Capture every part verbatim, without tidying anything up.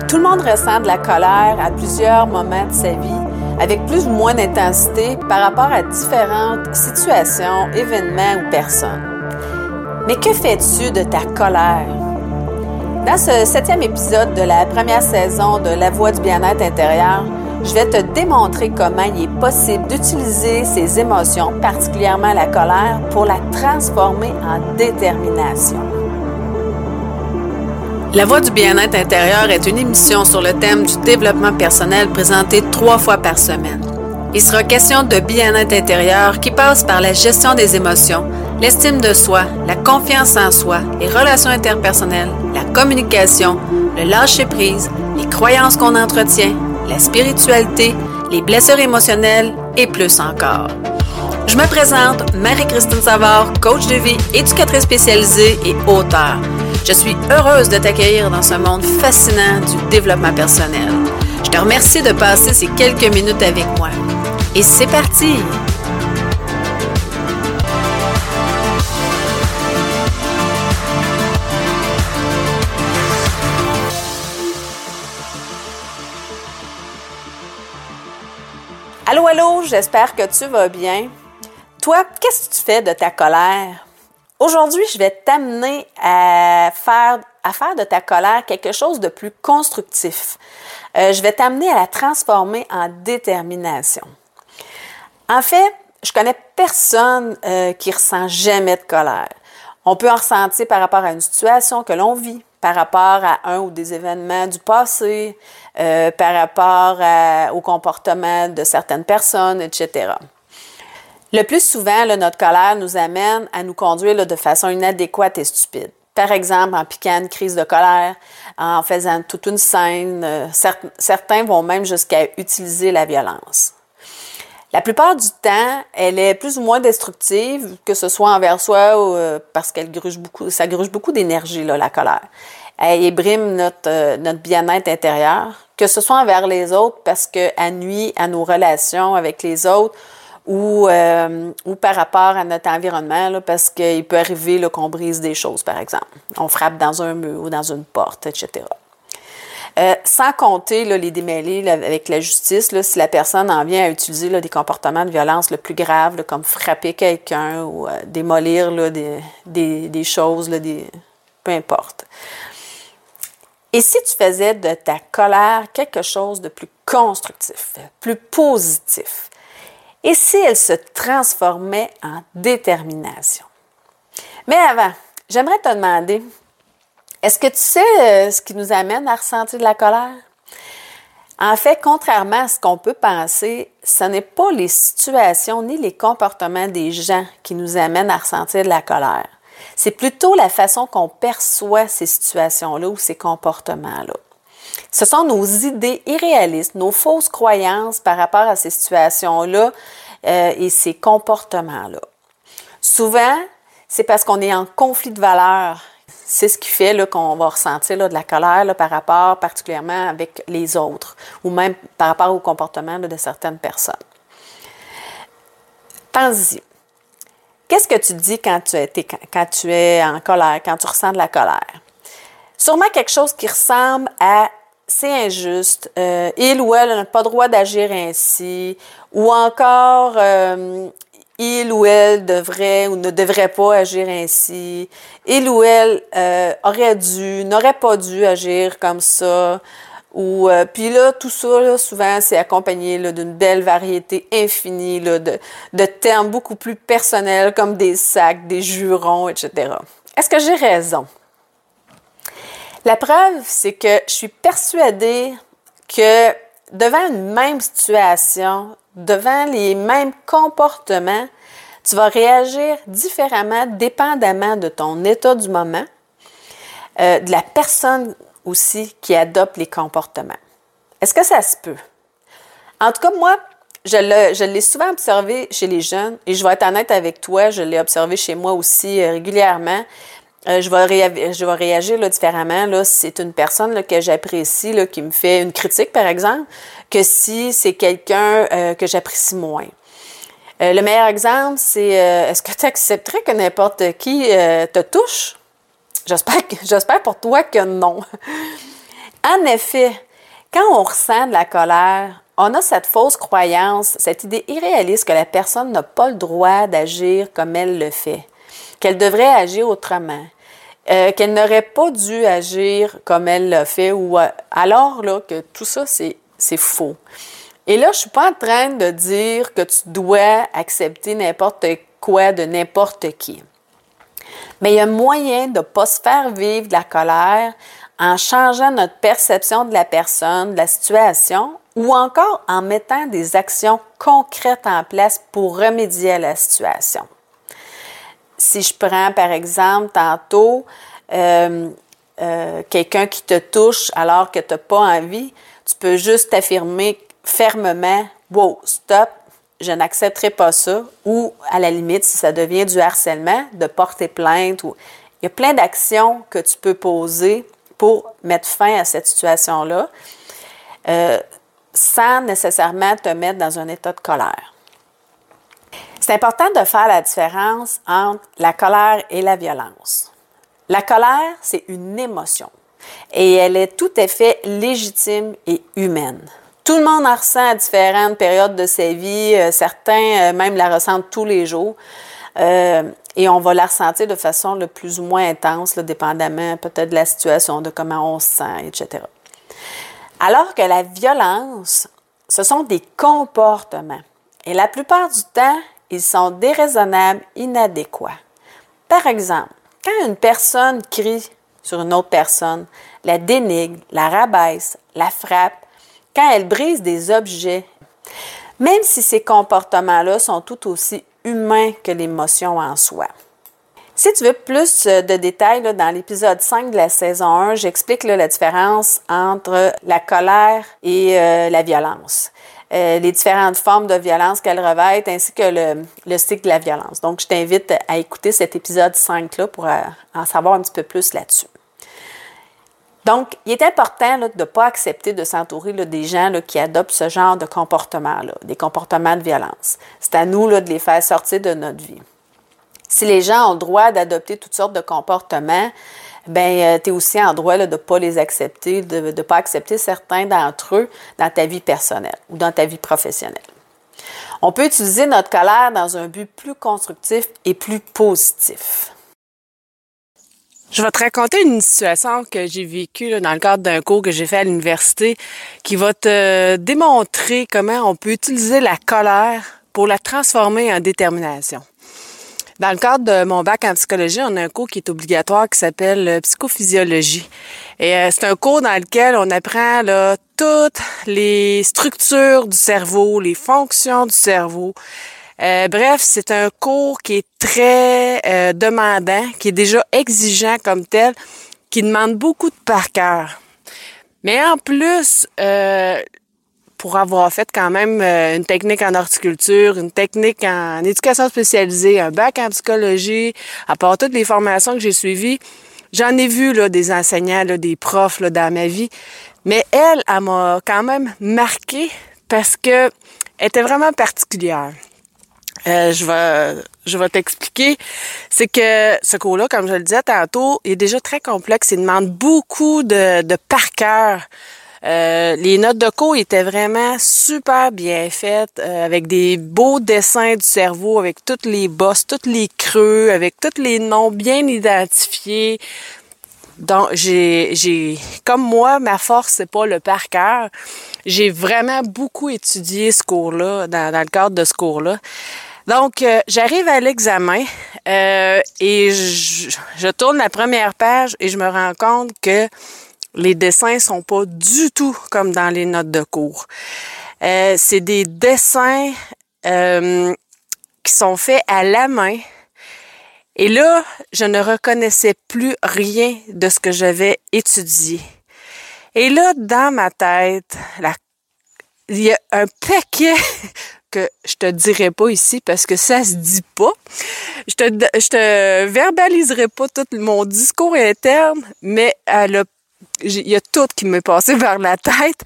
Tout le monde ressent de la colère à plusieurs moments de sa vie, avec plus ou moins d'intensité par rapport à différentes situations, événements ou personnes. Mais que fais-tu de ta colère? Dans ce septième épisode de la première saison de La Voix du bien-être intérieur, je vais te démontrer comment il est possible d'utiliser ces émotions, particulièrement la colère, pour la transformer en détermination. La Voix du bien-être intérieur est une émission sur le thème du développement personnel présentée trois fois par semaine. Il sera question de bien-être intérieur qui passe par la gestion des émotions, l'estime de soi, la confiance en soi, les relations interpersonnelles, la communication, le lâcher-prise, les croyances qu'on entretient, la spiritualité, les blessures émotionnelles et plus encore. Je me présente, Marie-Christine Savard, coach de vie, éducatrice spécialisée et auteure. Je suis heureuse de t'accueillir dans ce monde fascinant du développement personnel. Je te remercie de passer ces quelques minutes avec moi. Et c'est parti! Allô, allô, j'espère que tu vas bien. Toi, qu'est-ce que tu fais de ta colère? Aujourd'hui, je vais t'amener à faire, à faire de ta colère quelque chose de plus constructif. Euh, je vais t'amener à la transformer en détermination. En fait, je connais personne euh, qui ressent jamais de colère. On peut en ressentir par rapport à une situation que l'on vit, par rapport à un ou des événements du passé, euh, par rapport à, au comportement de certaines personnes, et cetera. Le plus souvent, là, notre colère nous amène à nous conduire là, de façon inadéquate et stupide. Par exemple, en piquant une crise de colère, en faisant toute une scène. Euh, cert- certains vont même jusqu'à utiliser la violence. La plupart du temps, elle est plus ou moins destructive, que ce soit envers soi ou euh, parce qu'elle gruge beaucoup, ça gruge beaucoup d'énergie, là, la colère. Elle ébrime notre, euh, notre bien-être intérieur, que ce soit envers les autres parce qu'elle nuit à nos relations avec les autres, ou, euh, ou par rapport à notre environnement, là, parce qu'il peut arriver là, qu'on brise des choses, par exemple. On frappe dans un mur ou dans une porte, et cetera. Euh, sans compter là, les démêlés là, avec la justice, là, si la personne en vient à utiliser là, des comportements de violence le plus graves, là, comme frapper quelqu'un ou euh, démolir là, des, des, des choses, là, des, peu importe. Et si tu faisais de ta colère quelque chose de plus constructif, plus positif, et si elle se transformait en détermination? Mais avant, j'aimerais te demander, est-ce que tu sais euh, ce qui nous amène à ressentir de la colère? En fait, contrairement à ce qu'on peut penser, ce n'est pas les situations ni les comportements des gens qui nous amènent à ressentir de la colère. C'est plutôt la façon qu'on perçoit ces situations-là ou ces comportements-là. Ce sont nos idées irréalistes, nos fausses croyances par rapport à ces situations-là euh, et ces comportements-là. Souvent, c'est parce qu'on est en conflit de valeurs. C'est ce qui fait là, qu'on va ressentir là, de la colère là, par rapport particulièrement avec les autres ou même par rapport au comportement là, de certaines personnes. Pense-y. Qu'est-ce que tu dis quand tu, es, quand tu es en colère, quand tu ressens de la colère? Sûrement quelque chose qui ressemble à « c'est injuste euh, »,« il ou elle n'a pas le droit d'agir ainsi » ou encore euh, « il ou elle devrait ou ne devrait pas agir ainsi »,« il ou elle euh, aurait dû, n'aurait pas dû agir comme ça ». Ou euh, puis là, tout ça, là, souvent, c'est accompagné là, d'une belle variété infinie là, de, de termes beaucoup plus personnels comme des sacs, des jurons, et cetera. Est-ce que j'ai raison? La preuve, c'est que je suis persuadée que devant une même situation, devant les mêmes comportements, tu vas réagir différemment, dépendamment de ton état du moment, euh, de la personne aussi qui adopte les comportements. Est-ce que ça se peut? En tout cas, moi, je, le, je l'ai souvent observé chez les jeunes, et je vais être honnête avec toi, je l'ai observé chez moi aussi euh, régulièrement. Euh, je vais, réa- je vais réagir là, différemment. Là, si c'est une personne là, que j'apprécie, là, qui me fait une critique, par exemple, que si c'est quelqu'un euh, que j'apprécie moins. Euh, le meilleur exemple, c'est euh, est-ce que tu accepterais que n'importe qui euh, te touche? J'espère, que, j'espère pour toi que non. En effet, quand on ressent de la colère, on a cette fausse croyance, cette idée irréaliste que la personne n'a pas le droit d'agir comme elle le fait, qu'elle devrait agir autrement, euh, qu'elle n'aurait pas dû agir comme elle l'a fait, ou euh, alors là, que tout ça, c'est, c'est faux. Et là, je ne suis pas en train de dire que tu dois accepter n'importe quoi de n'importe qui. Mais il y a moyen de ne pas se faire vivre de la colère en changeant notre perception de la personne, de la situation, ou encore en mettant des actions concrètes en place pour remédier à la situation. Si je prends par exemple tantôt euh, euh, quelqu'un qui te touche alors que tu n'as pas envie, tu peux juste t'affirmer fermement « Wow, stop, je n'accepterai pas ça » ou à la limite, si ça devient du harcèlement, de porter plainte. Ou... Il y a plein d'actions que tu peux poser pour mettre fin à cette situation-là euh, sans nécessairement te mettre dans un état de colère. C'est important de faire la différence entre la colère et la violence. La colère, c'est une émotion et elle est tout à fait légitime et humaine. Tout le monde en ressent à différentes périodes de sa vie. Euh, certains euh, même la ressentent tous les jours. Euh, et on va la ressentir de façon le plus ou moins intense, là, dépendamment peut-être de la situation, de comment on se sent, et cetera. Alors que la violence, ce sont des comportements. Et la plupart du temps, ils sont déraisonnables, inadéquats. Par exemple, quand une personne crie sur une autre personne, la dénigre, la rabaisse, la frappe, quand elle brise des objets, même si ces comportements-là sont tout aussi humains que l'émotion en soi. Si tu veux plus de détails, là, dans l'épisode cinq de la saison un, j'explique là, la différence entre la colère et euh, la violence. Euh, les différentes formes de violence qu'elle revêt, ainsi que le, le cycle de la violence. Donc, je t'invite à écouter cet épisode cinq-là pour euh, en savoir un petit peu plus là-dessus. Donc, il est important là, de ne pas accepter de s'entourer là, des gens là, qui adoptent ce genre de comportement-là, des comportements de violence. C'est à nous là, de les faire sortir de notre vie. Si les gens ont le droit d'adopter toutes sortes de comportements, ben euh, tu es aussi en droit là, de ne pas les accepter, de ne pas accepter certains d'entre eux dans ta vie personnelle ou dans ta vie professionnelle. On peut utiliser notre colère dans un but plus constructif et plus positif. Je vais te raconter une situation que j'ai vécue là, dans le cadre d'un cours que j'ai fait à l'université qui va te démontrer comment on peut utiliser la colère pour la transformer en détermination. Dans le cadre de mon bac en psychologie, on a un cours qui est obligatoire qui s'appelle psychophysiologie. Et euh, c'est un cours dans lequel on apprend là, toutes les structures du cerveau, les fonctions du cerveau. Euh, bref, c'est un cours qui est très euh, demandant, qui est déjà exigeant comme tel, qui demande beaucoup de par cœur. Mais en plus, euh, pour avoir fait quand même euh, une technique en horticulture, une technique en éducation spécialisée, un bac en psychologie, à part toutes les formations que j'ai suivies, j'en ai vu là, des enseignants, là, des profs là, dans ma vie. Mais elle, elle m'a quand même marquée parce que elle était vraiment particulière. Euh, je vais je vais t'expliquer. C'est que ce cours-là, comme je le disais tantôt, il est déjà très complexe. Il demande beaucoup de, de par cœur. Euh, les notes de cours étaient vraiment super bien faites, euh, avec des beaux dessins du cerveau, avec toutes les bosses, tous les creux, avec tous les noms bien identifiés. Donc, j'ai, j'ai, comme moi, ma force, c'est pas le par cœur. J'ai vraiment beaucoup étudié ce cours-là, dans, dans le cadre de ce cours-là. Donc, euh, j'arrive à l'examen euh, et je, je tourne la première page et je me rends compte que les dessins sont pas du tout comme dans les notes de cours. Euh, c'est des dessins euh, qui sont faits à la main. Et là, je ne reconnaissais plus rien de ce que j'avais étudié. Et là, dans ma tête, la, il y a un paquet que je te dirai pas ici parce que ça se dit pas. Je te, je te verbaliserai pas tout mon discours interne, mais elle a, il y a tout qui m'est passé par la tête.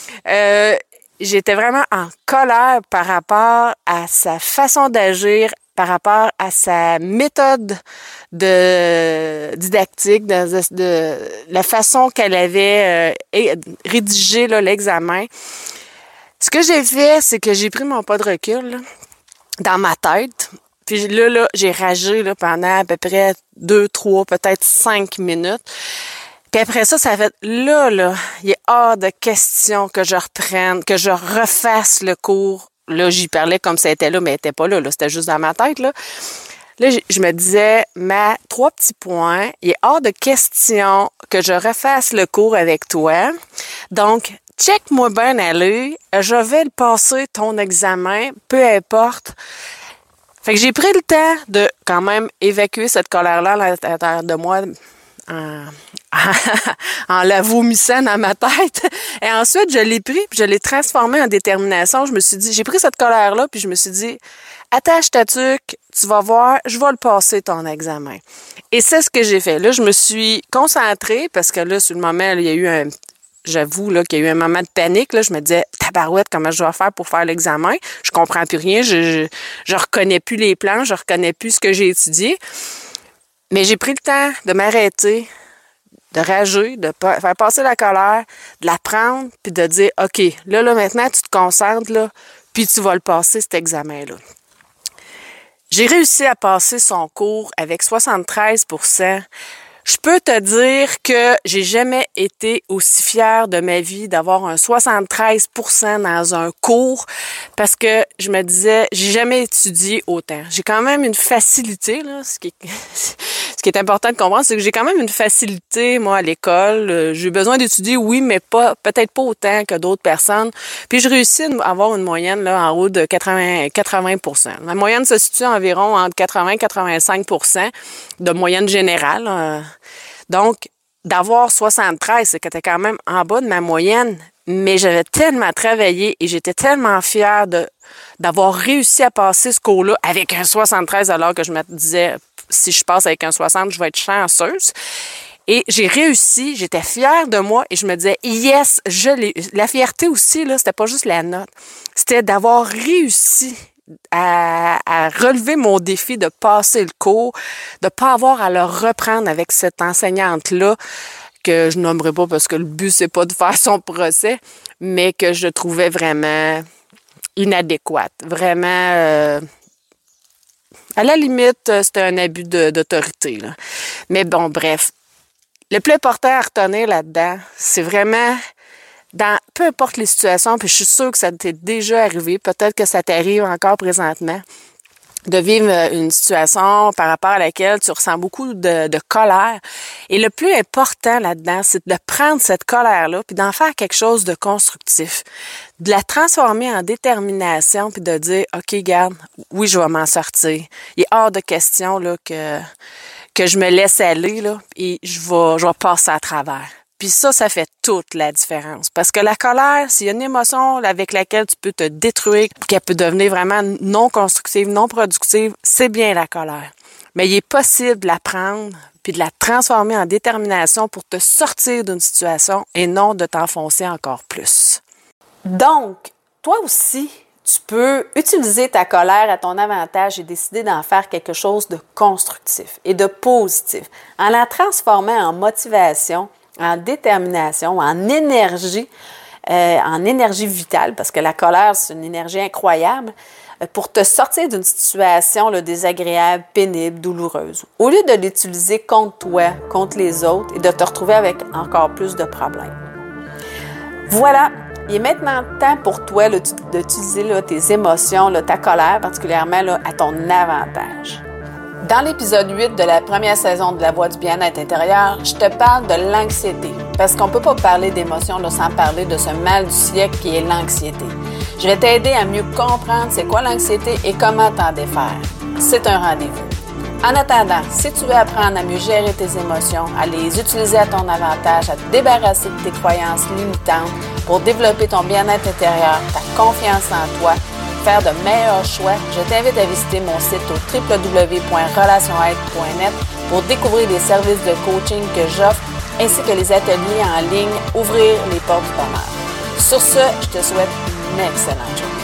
Euh, j'étais vraiment en colère par rapport à sa façon d'agir, par rapport à sa méthode de didactique, de, de, de la façon qu'elle avait euh, rédigé là, l'examen. Ce que j'ai fait, c'est que j'ai pris mon pas de recul là, dans ma tête. Puis là, là, j'ai ragé là, pendant à peu près deux, trois, peut-être cinq minutes. Puis après ça, ça fait là, là, il est hors de question que je reprenne, que je refasse le cours. Là, j'y parlais comme ça était là, mais elle était pas là, là. C'était juste dans ma tête, là. Là, je me disais, ma trois petits points, il est hors de question que je refasse le cours avec toi. Donc, check-moi bien aller. Je vais le passer, ton examen, peu importe. Fait que j'ai pris le temps de quand même évacuer cette colère-là à l'intérieur de moi en, en la vomissant dans ma tête. Et ensuite, je l'ai pris puis je l'ai transformé en détermination. Je me suis dit, j'ai pris cette colère-là puis je me suis dit, attache ta tuque, tu vas voir, je vais le passer ton examen. Et c'est ce que j'ai fait. Là, je me suis concentrée parce que là, sur le moment, là, il y a eu un... J'avoue là, qu'il y a eu un moment de panique. Là, je me disais, tabarouette, comment je vais faire pour faire l'examen? Je comprends plus rien. Je, je, je reconnais plus les plans. Je reconnais plus ce que j'ai étudié. Mais j'ai pris le temps de m'arrêter, de rager, de pa- faire passer la colère, de la prendre, puis de dire, OK, là, là, maintenant, tu te concentres, là, puis tu vas le passer, cet examen-là. J'ai réussi à passer son cours avec soixante-treize pour cent. Je peux te dire que j'ai jamais été aussi fière de ma vie d'avoir un soixante-treize pour cent dans un cours parce que je me disais, j'ai jamais étudié autant. J'ai quand même une facilité, là, ce qui est, ce qui est important de comprendre, c'est que j'ai quand même une facilité, moi, à l'école. J'ai besoin d'étudier, oui, mais pas, peut-être pas autant que d'autres personnes. Puis je réussis à avoir une moyenne, là, en haut de quatre-vingts pour cent. La moyenne se situe environ entre quatre-vingts et quatre-vingt-cinq pour cent de moyenne générale, là. Donc, d'avoir soixante-treize, c'est que t'es quand même en bas de ma moyenne, mais j'avais tellement travaillé et j'étais tellement fière de d'avoir réussi à passer ce cours-là avec un soixante-treize alors que je me disais, si je passe avec un soixante, je vais être chanceuse. Et j'ai réussi, j'étais fière de moi et je me disais, yes, je l'ai. La fierté aussi, là, c'était pas juste la note, c'était d'avoir réussi À, à relever mon défi de passer le cours, de pas avoir à le reprendre avec cette enseignante-là que je nommerai pas parce que le but, c'est pas de faire son procès, mais que je trouvais vraiment inadéquate. Vraiment, euh, à la limite, c'était un abus de, d'autorité, là. Mais bon, bref. Le plus important à retenir là-dedans, c'est vraiment... Dans peu importe les situations, puis je suis sûre que ça t'est déjà arrivé, peut-être que ça t'arrive encore présentement, de vivre une situation par rapport à laquelle tu ressens beaucoup de, de colère. Et le plus important là-dedans, c'est de prendre cette colère-là puis d'en faire quelque chose de constructif, de la transformer en détermination puis de dire, OK, garde, oui, je vais m'en sortir. Il est hors de question là, que, que je me laisse aller là, et je vais, je vais passer à travers. Puis ça, ça fait toute la différence. Parce que la colère, s'il y a une émotion avec laquelle tu peux te détruire, qu'elle peut devenir vraiment non constructive, non productive, c'est bien la colère. Mais il est possible de la prendre puis de la transformer en détermination pour te sortir d'une situation et non de t'enfoncer encore plus. Donc, toi aussi, tu peux utiliser ta colère à ton avantage et décider d'en faire quelque chose de constructif et de positif en la transformant en motivation, en détermination, en énergie, euh, en énergie vitale, parce que la colère, c'est une énergie incroyable, euh, pour te sortir d'une situation là, désagréable, pénible, douloureuse. Au lieu de l'utiliser contre toi, contre les autres, et de te retrouver avec encore plus de problèmes. Voilà, il est maintenant temps pour toi là, d'utiliser là, tes émotions, là, ta colère particulièrement là, à ton avantage. Dans l'épisode huit de la première saison de La Voix du bien-être intérieur, je te parle de l'anxiété, parce qu'on ne peut pas parler d'émotions là, sans parler de ce mal du siècle qui est l'anxiété. Je vais t'aider à mieux comprendre c'est quoi l'anxiété et comment t'en défaire. C'est un rendez-vous. En attendant, si tu veux apprendre à mieux gérer tes émotions, à les utiliser à ton avantage, à te débarrasser de tes croyances limitantes pour développer ton bien-être intérieur, ta confiance en toi, faire de meilleurs choix, je t'invite à visiter mon site au w w w point relation aide point net pour découvrir les services de coaching que j'offre ainsi que les ateliers en ligne Ouvrir les portes du bonheur. Sur ce, je te souhaite une excellente journée.